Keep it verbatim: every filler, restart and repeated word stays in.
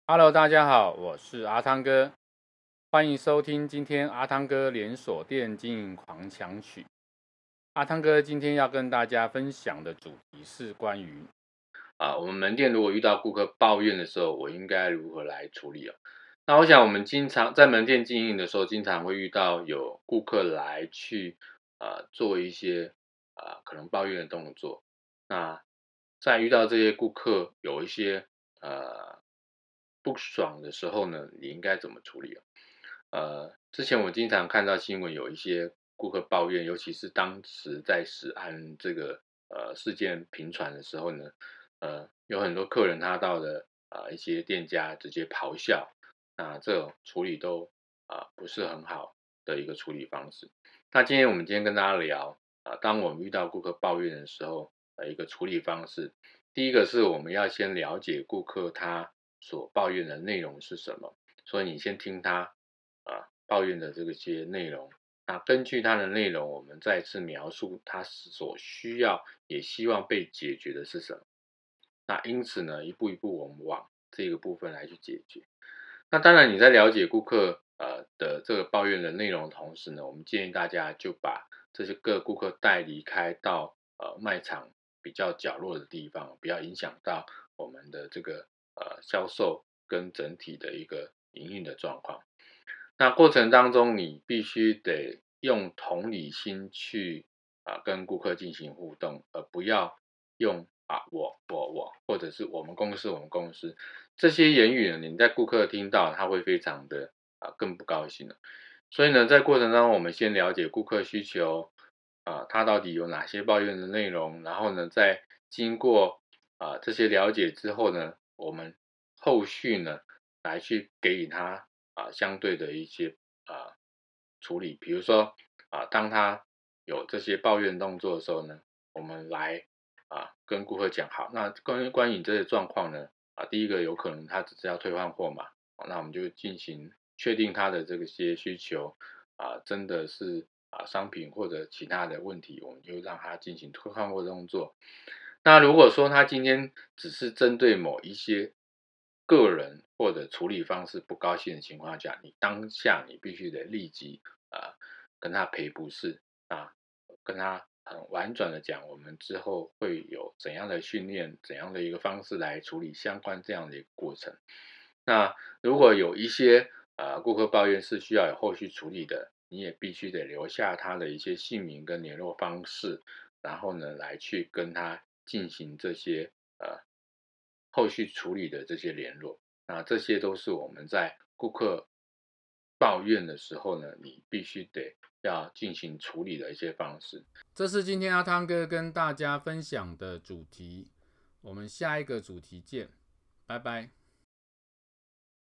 Hello，大家好，我是阿汤哥，欢迎收听今天阿汤哥连锁店经营狂想曲。阿汤哥今天要跟大家分享的主题是关于啊，我们门店如果遇到顾客抱怨的时候，我应该如何来处理哦？那我想我们经常在门店经营的时候，经常会遇到有顾客来去呃做一些呃可能抱怨的动作。那在遇到这些顾客有一些呃不爽的时候呢，你应该怎么处理哦？呃，之前我经常看到新闻，有一些顾客抱怨，尤其是当时在食安这个呃事件频传的时候呢，呃，有很多客人他到了啊、呃、一些店家直接咆哮，那这种处理都啊、呃、不是很好的一个处理方式。那今天我们今天跟大家聊啊、呃，当我们遇到顾客抱怨的时候，呃，一个处理方式。第一个是我们要先了解顾客他所抱怨的内容是什么，所以你先听他啊抱怨的这些内容，那根据他的内容，我们再次描述他所需要也希望被解决的是什么。那因此呢，一步一步我们往这个部分来去解决。那当然你在了解顾客呃的这个抱怨的内容的同时呢，我们建议大家就把这些个顾客带离开到呃卖场比较角落的地方，不要影响到我们的这个呃销售跟整体的一个营运的状况。那过程当中，你必须得用同理心去啊、跟顾客进行互动，而不要用啊我我我或者是我们公司我们公司这些言语呢，你在顾客听到他会非常的啊更不高兴了。所以呢，在过程当中，我们先了解顾客需求啊，他到底有哪些抱怨的内容，然后呢，在经过啊这些了解之后呢，我们后续呢来去给予他啊相对的一些啊处理，比如说啊，当他有这些抱怨动作的时候呢，我们来啊跟顾客讲好，那关于关于你这些状况呢，啊，第一个有可能他只是要退换货嘛，啊那我们就进行确定他的这个些需求啊，真的是啊商品或者其他的问题，我们就让他进行退换货动作。那如果说他今天只是针对某一些个人或者处理方式不高兴的情况下，你当下你必须得立即啊、呃、跟他赔不是啊，跟他很婉转的讲，我们之后会有怎样的训练，怎样的一个方式来处理相关这样的一个过程。那如果有一些呃顾客抱怨是需要有后续处理的，你也必须得留下他的一些姓名跟联络方式，然后呢来去跟他进行这些呃后续处理的这些联络。那这些都是我们在顾客抱怨的时候呢，你必须得要进行处理的一些方式。这是今天阿汤哥跟大家分享的主题，我们下一个主题见，拜拜。